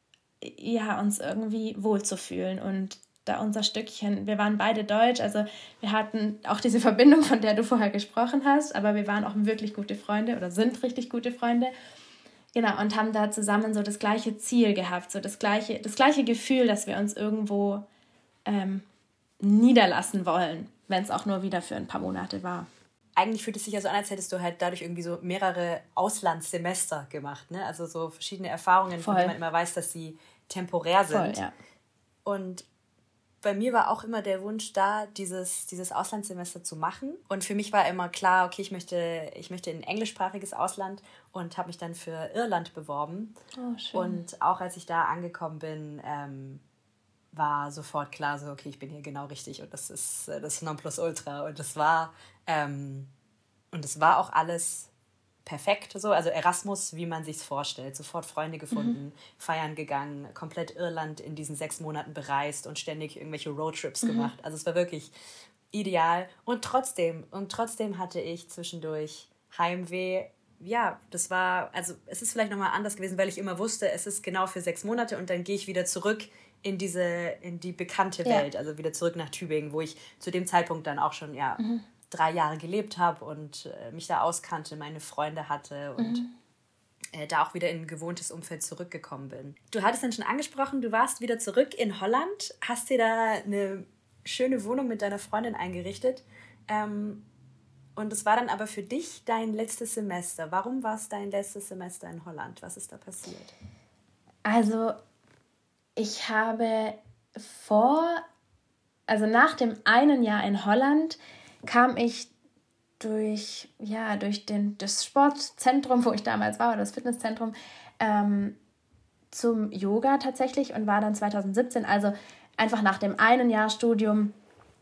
ja, uns irgendwie wohlzufühlen und da unser Stückchen, wir waren beide deutsch, also wir hatten auch diese Verbindung, von der du vorher gesprochen hast, aber wir waren auch wirklich gute Freunde oder sind richtig gute Freunde. Genau, und haben da zusammen so das gleiche Ziel gehabt, so das gleiche, das gleiche Gefühl, dass wir uns irgendwo ähm, niederlassen wollen, wenn es auch nur wieder für ein paar Monate war. Eigentlich fühlt es sich ja so an, als hättest du halt dadurch irgendwie so mehrere Auslandssemester gemacht, ne? Also so verschiedene Erfahrungen, Voll. Von denen man immer weiß, dass sie temporär sind. Voll, ja. Und bei mir war auch immer der Wunsch da, dieses, dieses Auslandssemester zu machen. Und für mich war immer klar, okay, ich möchte, ich möchte in ein englischsprachiges Ausland und habe mich dann für Irland beworben. Oh, schön. Und auch als ich da angekommen bin, ähm, war sofort klar, so okay, ich bin hier genau richtig und das ist das Nonplusultra. Und das war, ähm, und das war auch alles perfekt, so, also Erasmus, wie man sich's vorstellt. Sofort Freunde gefunden, mhm. feiern gegangen, komplett Irland in diesen sechs Monaten bereist und ständig irgendwelche Roadtrips mhm. gemacht. Also es war wirklich ideal. Und trotzdem, und trotzdem hatte ich zwischendurch Heimweh. Ja, das war, also es ist vielleicht nochmal anders gewesen, weil ich immer wusste, es ist genau für sechs Monate und dann gehe ich wieder zurück in diese, in die bekannte Welt, ja. Also wieder zurück nach Tübingen, wo ich zu dem Zeitpunkt dann auch schon, ja, mhm. drei Jahre gelebt habe und äh, mich da auskannte, meine Freunde hatte und mhm. äh, da auch wieder in ein gewohntes Umfeld zurückgekommen bin. Du hattest dann schon angesprochen, du warst wieder zurück in Holland, hast dir da eine schöne Wohnung mit deiner Freundin eingerichtet. Ähm, und es war dann aber für dich dein letztes Semester. Warum war es dein letztes Semester in Holland? Was ist da passiert? Also, ich habe vor, also nach dem einen Jahr in Holland, kam ich durch, ja, durch den, das Sportzentrum, wo ich damals war, oder das Fitnesszentrum, ähm, zum Yoga tatsächlich und war dann zwanzig siebzehn, also einfach nach dem einen Jahr Studium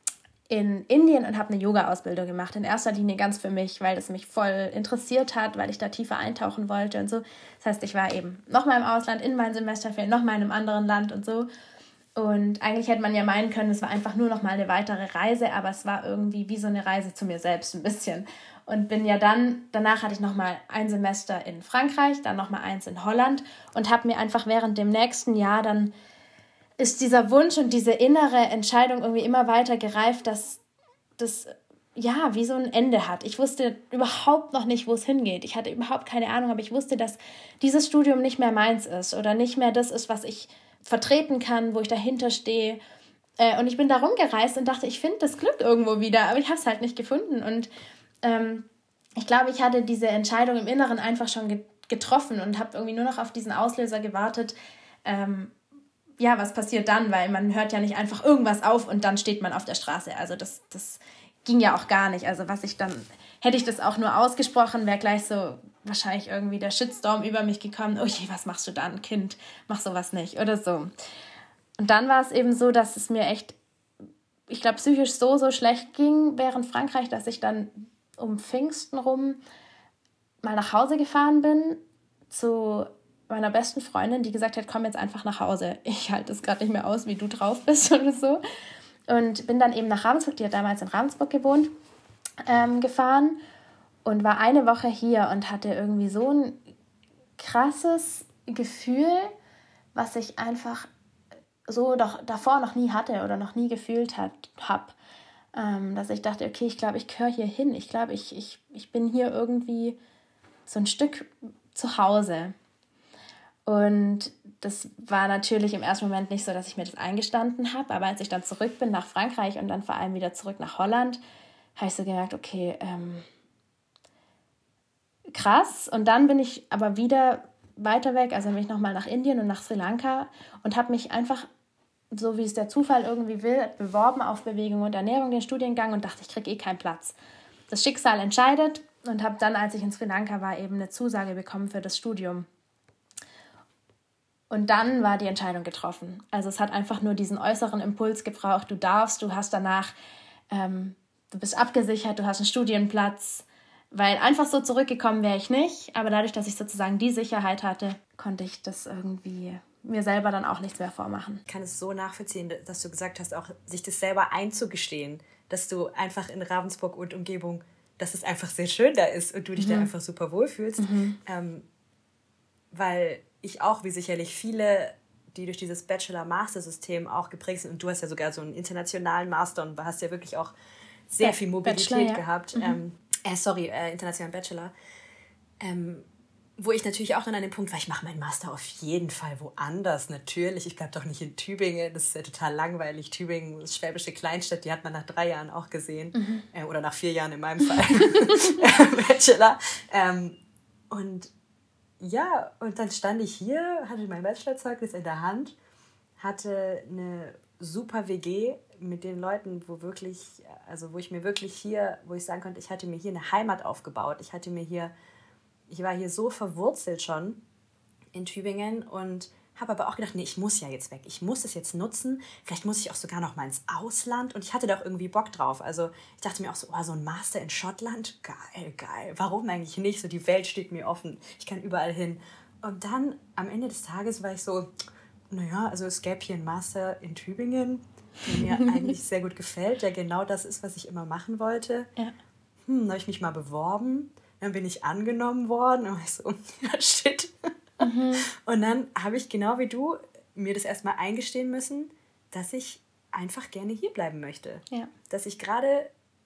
in Indien und habe eine Yoga-Ausbildung gemacht. In erster Linie ganz für mich, weil das mich voll interessiert hat, weil ich da tiefer eintauchen wollte und so. Das heißt, ich war eben nochmal im Ausland, in meinen Semesterferien, nochmal in einem anderen Land und so. Und eigentlich hätte man ja meinen können, es war einfach nur noch mal eine weitere Reise, aber es war irgendwie wie so eine Reise zu mir selbst ein bisschen. Und bin ja dann, danach hatte ich noch mal ein Semester in Frankreich, dann noch mal eins in Holland und habe mir einfach während dem nächsten Jahr dann ist dieser Wunsch und diese innere Entscheidung irgendwie immer weiter gereift, dass das ja wie so ein Ende hat. Ich wusste überhaupt noch nicht, wo es hingeht. Ich hatte überhaupt keine Ahnung, aber ich wusste, dass dieses Studium nicht mehr meins ist oder nicht mehr das ist, was ich vertreten kann, wo ich dahinter stehe. Äh, und ich bin da rumgereist und dachte, ich finde das Glück irgendwo wieder, aber ich habe es halt nicht gefunden. Und ähm, ich glaube, ich hatte diese Entscheidung im Inneren einfach schon ge- getroffen und habe irgendwie nur noch auf diesen Auslöser gewartet. Ähm, ja, was passiert dann? Weil man hört ja nicht einfach irgendwas auf und dann steht man auf der Straße. Also das, das ging ja auch gar nicht. Also was ich dann, hätte ich das auch nur ausgesprochen, wäre gleich so wahrscheinlich irgendwie der Shitstorm über mich gekommen. Oh je, was machst du da, Kind? Mach sowas nicht oder so. Und dann war es eben so, dass es mir echt, ich glaube, psychisch so, so schlecht ging während Frankreich, dass ich dann um Pfingsten rum mal nach Hause gefahren bin zu meiner besten Freundin, die gesagt hat, komm jetzt einfach nach Hause. Ich halte es gerade nicht mehr aus, wie du drauf bist oder so. Und bin dann eben nach Ravensburg, die hat damals in Ravensburg gewohnt, ähm, gefahren und war eine Woche hier und hatte irgendwie so ein krasses Gefühl, was ich einfach so doch davor noch nie hatte oder noch nie gefühlt habe, ähm, dass ich dachte, okay, ich glaube, ich gehöre hier hin. Ich glaube, ich, ich, ich bin hier irgendwie so ein Stück zu Hause. Und das war natürlich im ersten Moment nicht so, dass ich mir das eingestanden habe, aber als ich dann zurück bin nach Frankreich und dann vor allem wieder zurück nach Holland, habe ich so gemerkt, okay, ähm, krass. Und dann bin ich aber wieder weiter weg, also bin ich nochmal nach Indien und nach Sri Lanka und habe mich einfach, so wie es der Zufall irgendwie will, beworben auf Bewegung und Ernährung, den Studiengang, und dachte, ich kriege eh keinen Platz. Das Schicksal entscheidet, und habe dann, als ich in Sri Lanka war, eben eine Zusage bekommen für das Studium. Und dann war die Entscheidung getroffen. Also es hat einfach nur diesen äußeren Impuls gebraucht. Du darfst, du hast danach, ähm, du bist abgesichert, du hast einen Studienplatz. Weil einfach so zurückgekommen wäre ich nicht. Aber dadurch, dass ich sozusagen die Sicherheit hatte, konnte ich das irgendwie mir selber dann auch nichts mehr vormachen. Ich kann es so nachvollziehen, dass du gesagt hast, auch sich das selber einzugestehen, dass du einfach in Ravensburg und Umgebung, dass es einfach sehr schön da ist und du dich mhm. da einfach super wohlfühlst. Mhm. Ähm, weil ich auch, wie sicherlich viele, die durch dieses Bachelor-Master-System auch geprägt sind, und du hast ja sogar so einen internationalen Master und hast ja wirklich auch sehr ja, viel Mobilität Bachelor, ja. gehabt. Mhm. Ähm, äh, sorry, äh, internationalen Bachelor. Ähm, wo ich natürlich auch dann an dem Punkt war, ich mache meinen Master auf jeden Fall woanders, natürlich. Ich bleibe doch nicht in Tübingen, das ist ja total langweilig. Tübingen, das schwäbische Kleinstadt, die hat man nach drei Jahren auch gesehen. Mhm. Äh, oder nach vier Jahren in meinem Fall. Bachelor. Ähm, und ja, und dann stand ich hier, hatte mein Bachelorzeugnis in der Hand, hatte eine super W G mit den Leuten, wo wirklich, also wo ich mir wirklich hier, wo ich sagen konnte, ich hatte mir hier eine Heimat aufgebaut. Ich hatte mir hier, ich war hier so verwurzelt schon in Tübingen und habe aber auch gedacht, nee, ich muss ja jetzt weg. Ich muss es jetzt nutzen. Vielleicht muss ich auch sogar noch mal ins Ausland. Und ich hatte da auch irgendwie Bock drauf. Also ich dachte mir auch so, oh, so ein Master in Schottland, geil, geil. Warum eigentlich nicht? So, die Welt steht mir offen. Ich kann überall hin. Und dann am Ende des Tages war ich so, naja, also es gäbe hier einen Master in Tübingen, der mir eigentlich sehr gut gefällt, der genau das ist, was ich immer machen wollte. Ja. Hm, dann habe ich mich mal beworben. Dann bin ich angenommen worden. Und ich so, ja, shit. Mhm. Und dann habe ich genau wie du mir das erstmal eingestehen müssen, dass ich einfach gerne hier bleiben möchte. Ja. Dass ich gerade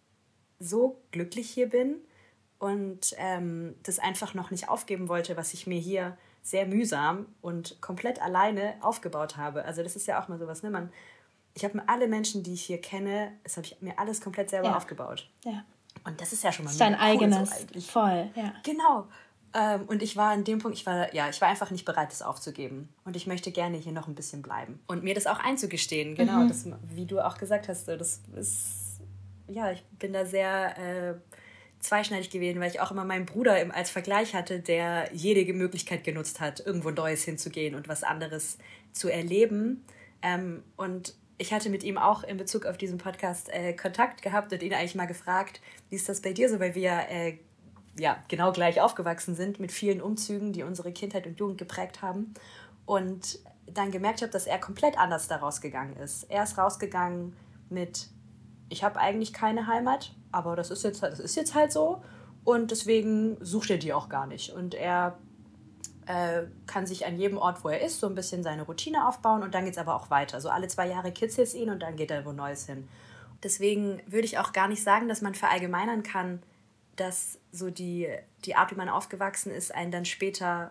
so glücklich hier bin und ähm, das einfach noch nicht aufgeben wollte, was ich mir hier sehr mühsam und komplett alleine aufgebaut habe. Also das ist ja auch mal sowas, ne? Man, ich habe mir alle Menschen, die ich hier kenne, das habe ich mir alles komplett selber ja. aufgebaut. Ja. Und das ist ja schon mal dein eigenes, cool, so eigentlich. Voll, ja. Genau. Und ich war an dem Punkt, ich war, ja, ich war einfach nicht bereit, das aufzugeben. Und ich möchte gerne hier noch ein bisschen bleiben. Und mir das auch einzugestehen, genau, mhm. das, wie du auch gesagt hast, das ist, ja, ich bin da sehr äh, zweischneidig gewesen, weil ich auch immer meinen Bruder im, als Vergleich hatte, der jede Möglichkeit genutzt hat, irgendwo Neues hinzugehen und was anderes zu erleben. Ähm, und ich hatte mit ihm auch in Bezug auf diesen Podcast äh, Kontakt gehabt und ihn eigentlich mal gefragt, wie ist das bei dir so, weil wir äh, ja, genau gleich aufgewachsen sind mit vielen Umzügen, die unsere Kindheit und Jugend geprägt haben. Und dann gemerkt habe, dass er komplett anders da rausgegangen ist. Er ist rausgegangen mit, ich habe eigentlich keine Heimat, aber das ist jetzt, das ist jetzt halt so und deswegen sucht er die auch gar nicht. Und er äh, kann sich an jedem Ort, wo er ist, so ein bisschen seine Routine aufbauen und dann geht es aber auch weiter. So alle zwei Jahre kitzelt es ihn und dann geht er wo Neues hin. Deswegen würde ich auch gar nicht sagen, dass man verallgemeinern kann, dass so die, die Art, wie man aufgewachsen ist, einen dann später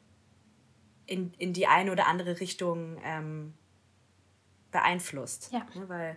in, in die eine oder andere Richtung ähm, beeinflusst. Ja. Ja, weil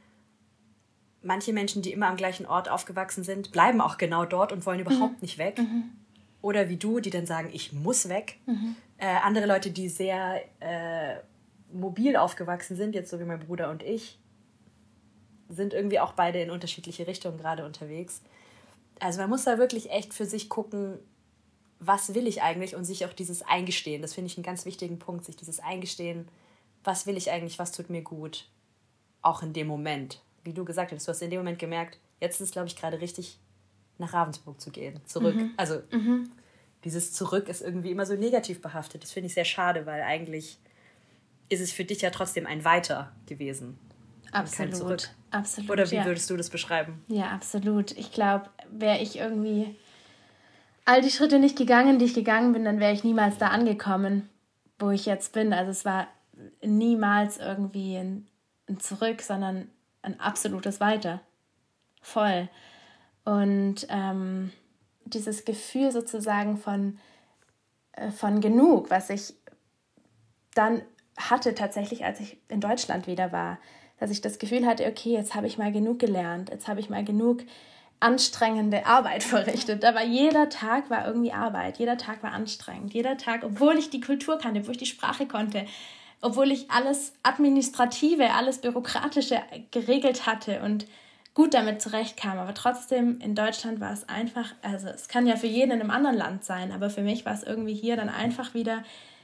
manche Menschen, die immer am gleichen Ort aufgewachsen sind, bleiben auch genau dort und wollen überhaupt mhm. nicht weg. Mhm. Oder wie du, die dann sagen, ich muss weg. Mhm. Äh, andere Leute, die sehr äh, mobil aufgewachsen sind, jetzt so wie mein Bruder und ich, sind irgendwie auch beide in unterschiedliche Richtungen gerade unterwegs. Also man muss da wirklich echt für sich gucken, was will ich eigentlich und sich auch dieses Eingestehen, das finde ich einen ganz wichtigen Punkt, sich dieses Eingestehen, was will ich eigentlich, was tut mir gut, auch in dem Moment. Wie du gesagt hast, du hast in dem Moment gemerkt, jetzt ist es, glaube ich, gerade richtig, nach Ravensburg zu gehen, zurück. Mhm. Also mhm. dieses Zurück ist irgendwie immer so negativ behaftet, das finde ich sehr schade, weil eigentlich ist es für dich ja trotzdem ein Weiter gewesen. Absolut, absolut. Oder wie ja. würdest du das beschreiben? Ja, absolut. Ich glaube, wäre ich irgendwie all die Schritte nicht gegangen, die ich gegangen bin, dann wäre ich niemals da angekommen, wo ich jetzt bin. Also es war niemals irgendwie ein, ein Zurück, sondern ein absolutes Weiter. Voll. Und ähm, dieses Gefühl sozusagen von, äh, von genug, was ich dann hatte tatsächlich, als ich in Deutschland wieder war, dass ich das Gefühl hatte, okay, jetzt habe ich mal genug gelernt, jetzt habe ich mal genug anstrengende Arbeit verrichtet. Aber jeder Tag war irgendwie Arbeit, jeder Tag war anstrengend. Jeder Tag, obwohl ich die Kultur kannte, obwohl ich die Sprache konnte, obwohl ich alles Administrative, alles Bürokratische geregelt hatte und gut damit zurechtkam. Aber trotzdem, in Deutschland war es einfach, also es kann ja für jeden in einem anderen Land sein, aber für mich war es irgendwie hier dann einfach wieder,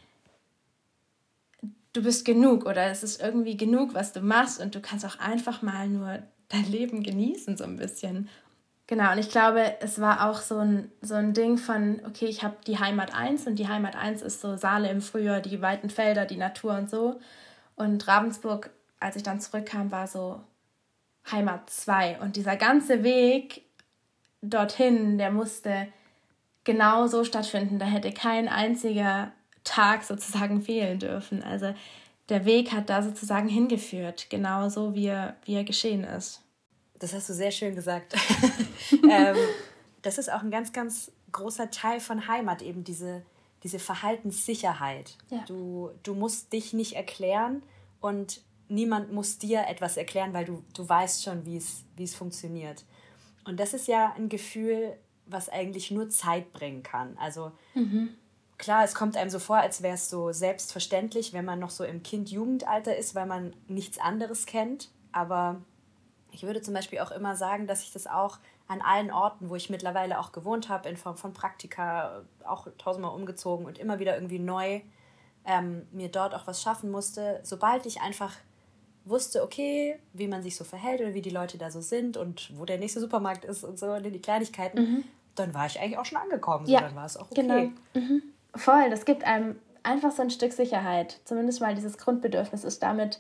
du bist genug oder es ist irgendwie genug, was du machst und du kannst auch einfach mal nur dein Leben genießen so ein bisschen. Genau, und ich glaube, es war auch so ein, so ein Ding von, okay, ich habe die Heimat eins und die Heimat eins ist so Saale im Frühjahr, die weiten Felder, die Natur und so. Und Ravensburg, als ich dann zurückkam, war so Heimat zwei. Und dieser ganze Weg dorthin, der musste genau so stattfinden. Da hätte kein einziger Tag sozusagen fehlen dürfen. Also der Weg hat da sozusagen hingeführt, genau so, wie er, wie er geschehen ist. Das hast du sehr schön gesagt. ähm, das ist auch ein ganz, ganz großer Teil von Heimat, eben diese, diese Verhaltenssicherheit. Ja. Du, du musst dich nicht erklären und niemand muss dir etwas erklären, weil du, du weißt schon, wie es, wie es funktioniert. Und das ist ja ein Gefühl, was eigentlich nur Zeit bringen kann. Also mhm. klar, es kommt einem so vor, als wäre es so selbstverständlich, wenn man noch so im Kind-Jugendalter ist, weil man nichts anderes kennt. Aber ich würde zum Beispiel auch immer sagen, dass ich das auch an allen Orten, wo ich mittlerweile auch gewohnt habe, in Form von Praktika, auch tausendmal umgezogen und immer wieder irgendwie neu ähm, mir dort auch was schaffen musste, sobald ich einfach wusste, okay, wie man sich so verhält oder wie die Leute da so sind und wo der nächste Supermarkt ist und so, und die Kleinigkeiten, mhm. dann war ich eigentlich auch schon angekommen. So, ja, dann war es auch okay. Genau. Mhm. Voll, das gibt einem einfach so ein Stück Sicherheit. Zumindest mal dieses Grundbedürfnis ist damit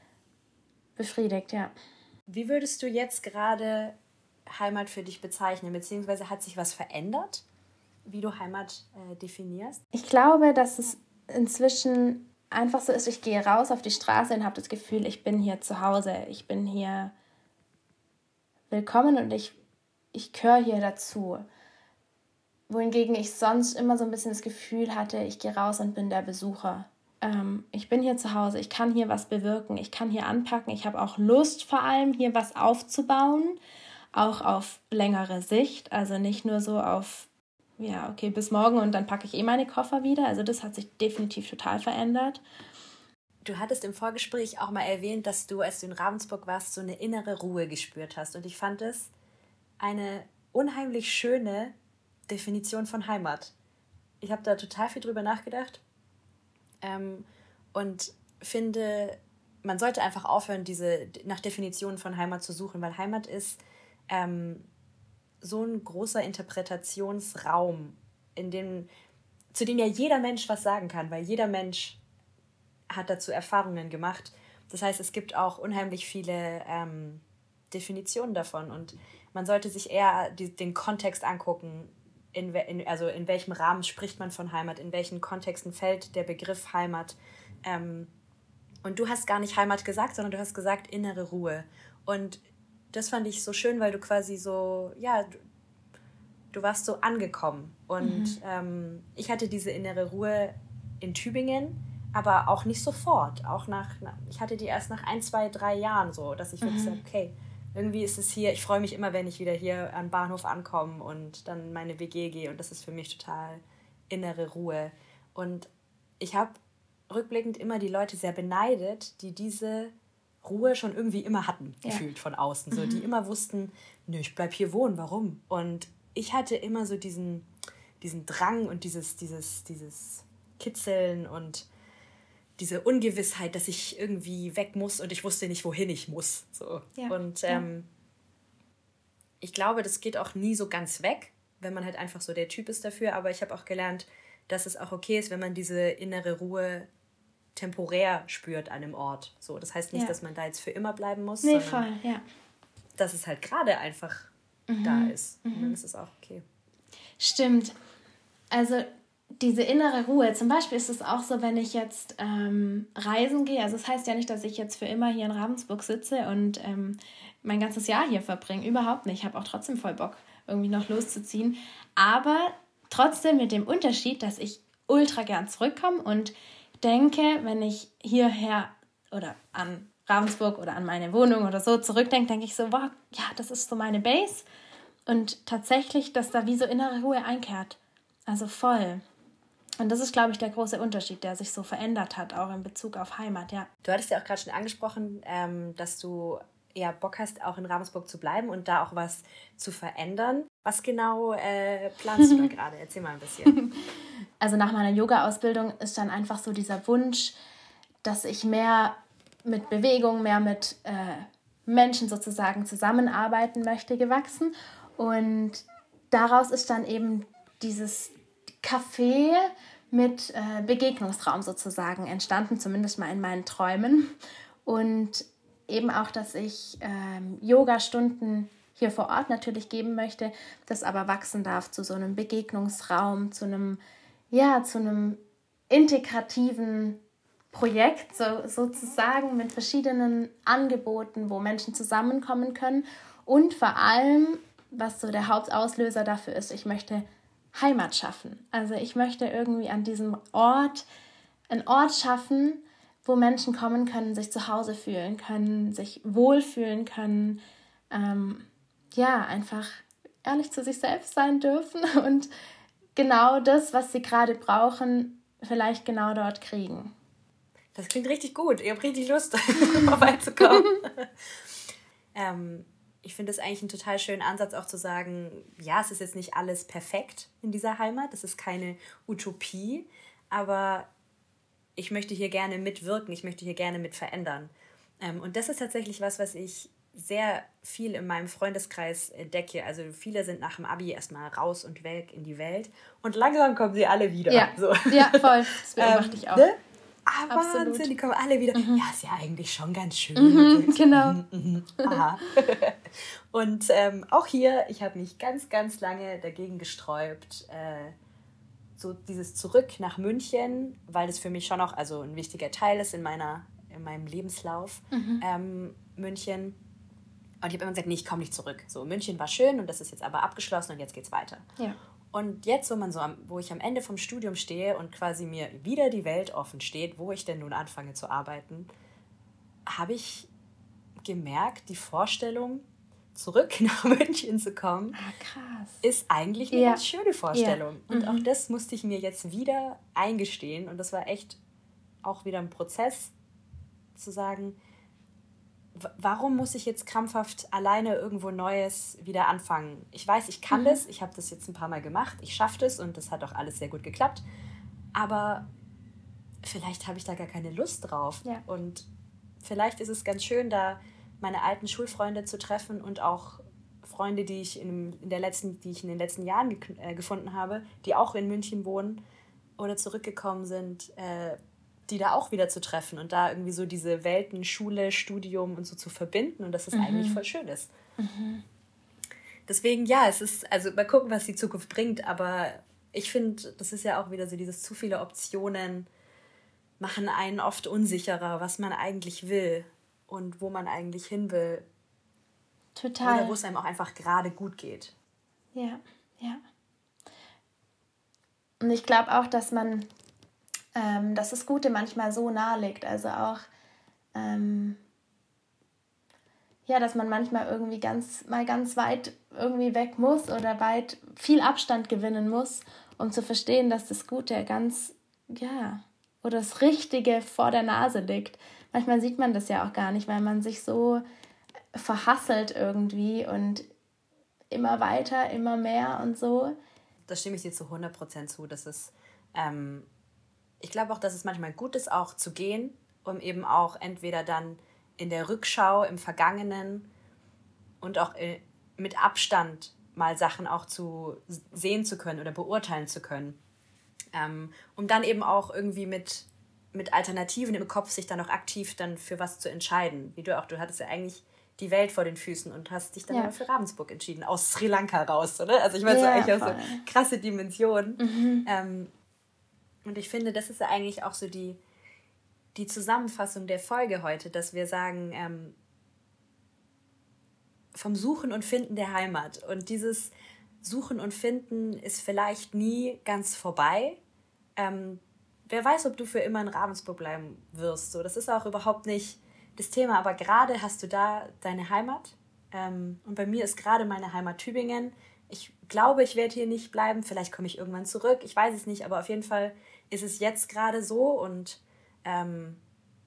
befriedigt, ja. Wie würdest du jetzt gerade Heimat für dich bezeichnen? Beziehungsweise hat sich was verändert, wie du Heimat äh, definierst? Ich glaube, dass es inzwischen einfach so ist, ich gehe raus auf die Straße und habe das Gefühl, ich bin hier zu Hause. Ich bin hier willkommen und ich, ich gehöre hier dazu. Wohingegen ich sonst immer so ein bisschen das Gefühl hatte, ich gehe raus und bin der Besucher. Ähm, ich bin hier zu Hause, ich kann hier was bewirken, ich kann hier anpacken, ich habe auch Lust vor allem, hier was aufzubauen, auch auf längere Sicht, also nicht nur so auf, ja, okay, bis morgen und dann packe ich eh meine Koffer wieder, also das hat sich definitiv total verändert. Du hattest im Vorgespräch auch mal erwähnt, dass du, als du in Ravensburg warst, so eine innere Ruhe gespürt hast und ich fand es eine unheimlich schöne Definition von Heimat. Ich habe da total viel drüber nachgedacht. Ähm, und finde, man sollte einfach aufhören, diese nach Definitionen von Heimat zu suchen, weil Heimat ist ähm, so ein großer Interpretationsraum, in dem, zu dem ja jeder Mensch was sagen kann, weil jeder Mensch hat dazu Erfahrungen gemacht. Das heißt, es gibt auch unheimlich viele ähm, Definitionen davon und man sollte sich eher die, den Kontext angucken, In, in, also in welchem Rahmen spricht man von Heimat, in welchen Kontexten fällt der Begriff Heimat. Ähm, und du hast gar nicht Heimat gesagt, sondern du hast gesagt innere Ruhe. Und das fand ich so schön, weil du quasi so, ja, du, du warst so angekommen. Und mhm. ähm, ich hatte diese innere Ruhe in Tübingen, aber auch nicht sofort. Auch nach, ich hatte die erst nach ein, zwei, drei Jahren so, dass ich wirklich mhm. sage, okay, irgendwie ist es hier, ich freue mich immer, wenn ich wieder hier am Bahnhof ankomme und dann meine W G gehe und das ist für mich total innere Ruhe. Und ich habe rückblickend immer die Leute sehr beneidet, die diese Ruhe schon irgendwie immer hatten, ja. gefühlt von außen. So, mhm. die immer wussten, nö, ich bleib hier wohnen, warum? Und ich hatte immer so diesen, diesen Drang und dieses, dieses, dieses Kitzeln und diese Ungewissheit, dass ich irgendwie weg muss und ich wusste nicht, wohin ich muss. So. Ja, und ähm, ja. ich glaube, das geht auch nie so ganz weg, wenn man halt einfach so der Typ ist dafür. Aber ich habe auch gelernt, dass es auch okay ist, wenn man diese innere Ruhe temporär spürt an einem Ort. So, das heißt nicht, ja. dass man da jetzt für immer bleiben muss, nee, sondern voll, ja. dass es halt gerade einfach mhm. da ist. Mhm. Und dann ist es auch okay. Stimmt. Also diese innere Ruhe, zum Beispiel ist es auch so, wenn ich jetzt ähm, reisen gehe, also das heißt ja nicht, dass ich jetzt für immer hier in Ravensburg sitze und ähm, mein ganzes Jahr hier verbringe, überhaupt nicht, ich habe auch trotzdem voll Bock, irgendwie noch loszuziehen, aber trotzdem mit dem Unterschied, dass ich ultra gern zurückkomme und denke, wenn ich hierher oder an Ravensburg oder an meine Wohnung oder so zurückdenke, denke ich so, wow, ja, das ist so meine Base und tatsächlich, dass da wie so innere Ruhe einkehrt. Also voll. Und das ist, glaube ich, der große Unterschied, der sich so verändert hat, auch in Bezug auf Heimat, ja. Du hattest ja auch gerade schon angesprochen, ähm, dass du eher Bock hast, auch in Ravensburg zu bleiben und da auch was zu verändern. Was genau äh, planst du da gerade? Erzähl mal ein bisschen. Also nach meiner Yoga-Ausbildung ist dann einfach so dieser Wunsch, dass ich mehr mit Bewegung, mehr mit äh, Menschen sozusagen zusammenarbeiten möchte, gewachsen. Und daraus ist dann eben dieses Café mit äh, Begegnungsraum sozusagen entstanden, zumindest mal in meinen Träumen. Und eben auch, dass ich ähm, Yoga-Stunden hier vor Ort natürlich geben möchte, das aber wachsen darf zu so einem Begegnungsraum, zu einem, ja, zu einem integrativen Projekt so, sozusagen mit verschiedenen Angeboten, wo Menschen zusammenkommen können. Und vor allem, was so der Hauptauslöser dafür ist, ich möchte Heimat schaffen. Also ich möchte irgendwie an diesem Ort einen Ort schaffen, wo Menschen kommen können, sich zu Hause fühlen können, sich wohlfühlen können, ähm, ja, einfach ehrlich zu sich selbst sein dürfen und genau das, was sie gerade brauchen, vielleicht genau dort kriegen. Das klingt richtig gut. Ich habe richtig Lust, vorbeizukommen. ähm, ich finde es eigentlich einen total schönen Ansatz, auch zu sagen, ja, es ist jetzt nicht alles perfekt in dieser Heimat, es ist keine Utopie, aber ich möchte hier gerne mitwirken, ich möchte hier gerne mit verändern. Ähm, und das ist tatsächlich was, was ich sehr viel in meinem Freundeskreis entdecke. Also viele sind nach dem Abi erstmal raus und weg in die Welt und langsam kommen sie alle wieder. Ja, so. Ja, voll, das beobachte ich auch. Ne? Ah, Absolut. Wahnsinn, die kommen alle wieder. Mhm. Ja, ist ja eigentlich schon ganz schön. Mhm, genau. Mhm, mhm, aha. Und ähm, auch hier, ich habe mich ganz, ganz lange dagegen gesträubt, äh, so dieses Zurück nach München, weil das für mich schon auch also ein wichtiger Teil ist in, meiner, in meinem Lebenslauf, Mhm. ähm, München. Und ich habe immer gesagt, nee, ich komme nicht zurück. So, München war schön und das ist jetzt aber abgeschlossen und jetzt geht's weiter. Ja. Und jetzt, wo man so am, wo ich am Ende vom Studium stehe und quasi mir wieder die Welt offen steht, wo ich denn nun anfange zu arbeiten, habe ich gemerkt, die Vorstellung, zurück nach München zu kommen, ah, krass. ist eigentlich eine Ja. ganz schöne Vorstellung. Ja. Und Mhm. auch das musste ich mir jetzt wieder eingestehen. Und das war echt auch wieder ein Prozess, zu sagen, w- warum muss ich jetzt krampfhaft alleine irgendwo Neues wieder anfangen? Ich weiß, ich kann Mhm. das, ich habe das jetzt ein paar Mal gemacht, ich schaffe das und das hat auch alles sehr gut geklappt. Aber vielleicht habe ich da gar keine Lust drauf. Ja. Und vielleicht ist es ganz schön, da meine alten Schulfreunde zu treffen und auch Freunde, die ich in, in, der letzten, die ich in den letzten Jahren ge- äh, gefunden habe, die auch in München wohnen oder zurückgekommen sind, äh, die da auch wieder zu treffen und da irgendwie so diese Welten, Schule, Studium und so zu verbinden und dass es Mhm. eigentlich voll schön ist. Mhm. Deswegen, ja, es ist, also mal gucken, was die Zukunft bringt, aber ich finde, das ist ja auch wieder so dieses zu viele Optionen machen einen oft unsicherer, was man eigentlich will und wo man eigentlich hin will. Total. Oder wo es einem auch einfach gerade gut geht. Ja, ja. Und ich glaube auch, dass man, ähm, dass das Gute manchmal so nahe liegt. Also auch, ähm, ja, dass man manchmal irgendwie ganz, mal ganz weit irgendwie weg muss oder weit viel Abstand gewinnen muss, um zu verstehen, dass das Gute ganz, ja, oder das Richtige vor der Nase liegt. Manchmal sieht man das ja auch gar nicht, weil man sich so verhasselt irgendwie und immer weiter, immer mehr und so. Da stimme ich dir zu hundert Prozent zu. Dass es, ähm, ich glaube auch, dass es manchmal gut ist, auch zu gehen, um eben auch entweder dann in der Rückschau, im Vergangenen und auch äh, mit Abstand mal Sachen auch zu sehen zu können oder beurteilen zu können. Ähm, um dann eben auch irgendwie mit, mit Alternativen im Kopf sich dann auch aktiv dann für was zu entscheiden. Wie du auch, du hattest ja eigentlich die Welt vor den Füßen und hast dich dann Ja. aber für Ravensburg entschieden, aus Sri Lanka raus, oder? Also ich meine, so Ja, eigentlich auch so voll. krasse Dimensionen. Mhm. Ähm, und ich finde, das ist ja eigentlich auch so die, die Zusammenfassung der Folge heute, dass wir sagen, ähm, vom Suchen und Finden der Heimat. Und dieses Suchen und Finden ist vielleicht nie ganz vorbei. Ähm, wer weiß, ob du für immer in Ravensburg bleiben wirst. So, das ist auch überhaupt nicht das Thema. Aber gerade hast du da deine Heimat Ähm, und bei mir ist gerade meine Heimat Tübingen. Ich glaube, ich werde hier nicht bleiben. Vielleicht komme ich irgendwann zurück. Ich weiß es nicht, aber auf jeden Fall ist es jetzt gerade so. Und ähm,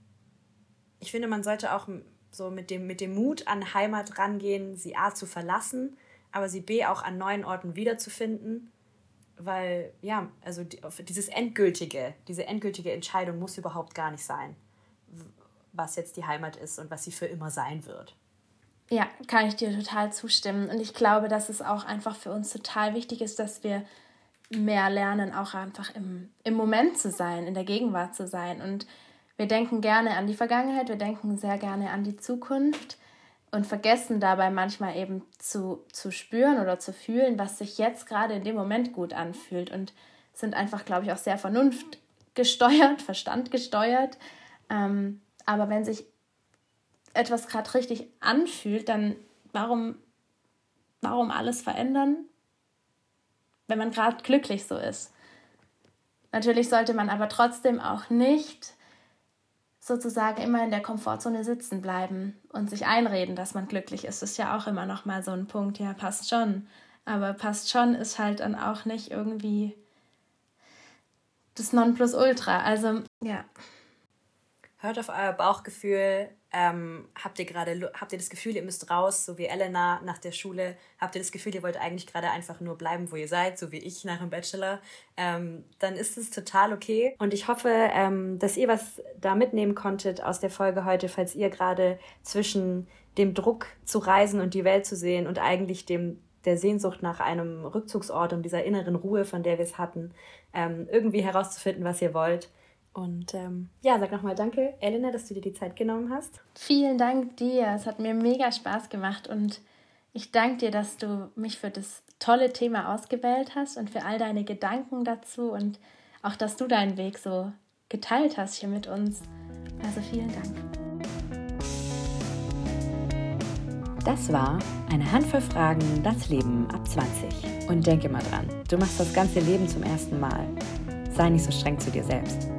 ich finde, man sollte auch so mit dem, mit dem Mut an Heimat rangehen, sie A zu verlassen, aber sie B auch an neuen Orten wiederzufinden. Weil, ja, also dieses endgültige, diese endgültige Entscheidung muss überhaupt gar nicht sein, was jetzt die Heimat ist und was sie für immer sein wird. Ja, kann ich dir total zustimmen. Und ich glaube, dass es auch einfach für uns total wichtig ist, dass wir mehr lernen, auch einfach im, im Moment zu sein, in der Gegenwart zu sein. Und wir denken gerne an die Vergangenheit, wir denken sehr gerne an die Zukunft und vergessen dabei manchmal eben zu, zu spüren oder zu fühlen, was sich jetzt gerade in dem Moment gut anfühlt, und sind einfach, glaube ich, auch sehr vernunftgesteuert, verstandgesteuert. Ähm, aber wenn sich etwas gerade richtig anfühlt, dann warum, warum alles verändern, wenn man gerade glücklich so ist? Natürlich sollte man aber trotzdem auch nicht sozusagen immer in der Komfortzone sitzen bleiben und sich einreden, dass man glücklich ist. Das ist ja auch immer noch mal so ein Punkt, ja, passt schon. Aber passt schon ist halt dann auch nicht irgendwie das Nonplusultra. Also, ja. Hört auf euer Bauchgefühl. Ähm, habt ihr gerade, habt ihr das Gefühl, ihr müsst raus, so wie Elena nach der Schule? Habt ihr das Gefühl, ihr wollt eigentlich gerade einfach nur bleiben, wo ihr seid, so wie ich nach dem Bachelor? Ähm, dann ist es total okay. Und ich hoffe, ähm, dass ihr was da mitnehmen konntet aus der Folge heute, falls ihr gerade zwischen dem Druck zu reisen und die Welt zu sehen und eigentlich dem der Sehnsucht nach einem Rückzugsort und dieser inneren Ruhe, von der wir es hatten, ähm, irgendwie herauszufinden, was ihr wollt. Und ähm, ja, sag nochmal danke, Elena, dass du dir die Zeit genommen hast. Vielen Dank dir. Es hat mir mega Spaß gemacht und ich danke dir, dass du mich für das tolle Thema ausgewählt hast und für all deine Gedanken dazu und auch, dass du deinen Weg so geteilt hast hier mit uns. Also vielen Dank. Das war eine Handvoll Fragen, das Leben ab zwanzig. Und denke mal dran, du machst das ganze Leben zum ersten Mal. Sei nicht so streng zu dir selbst.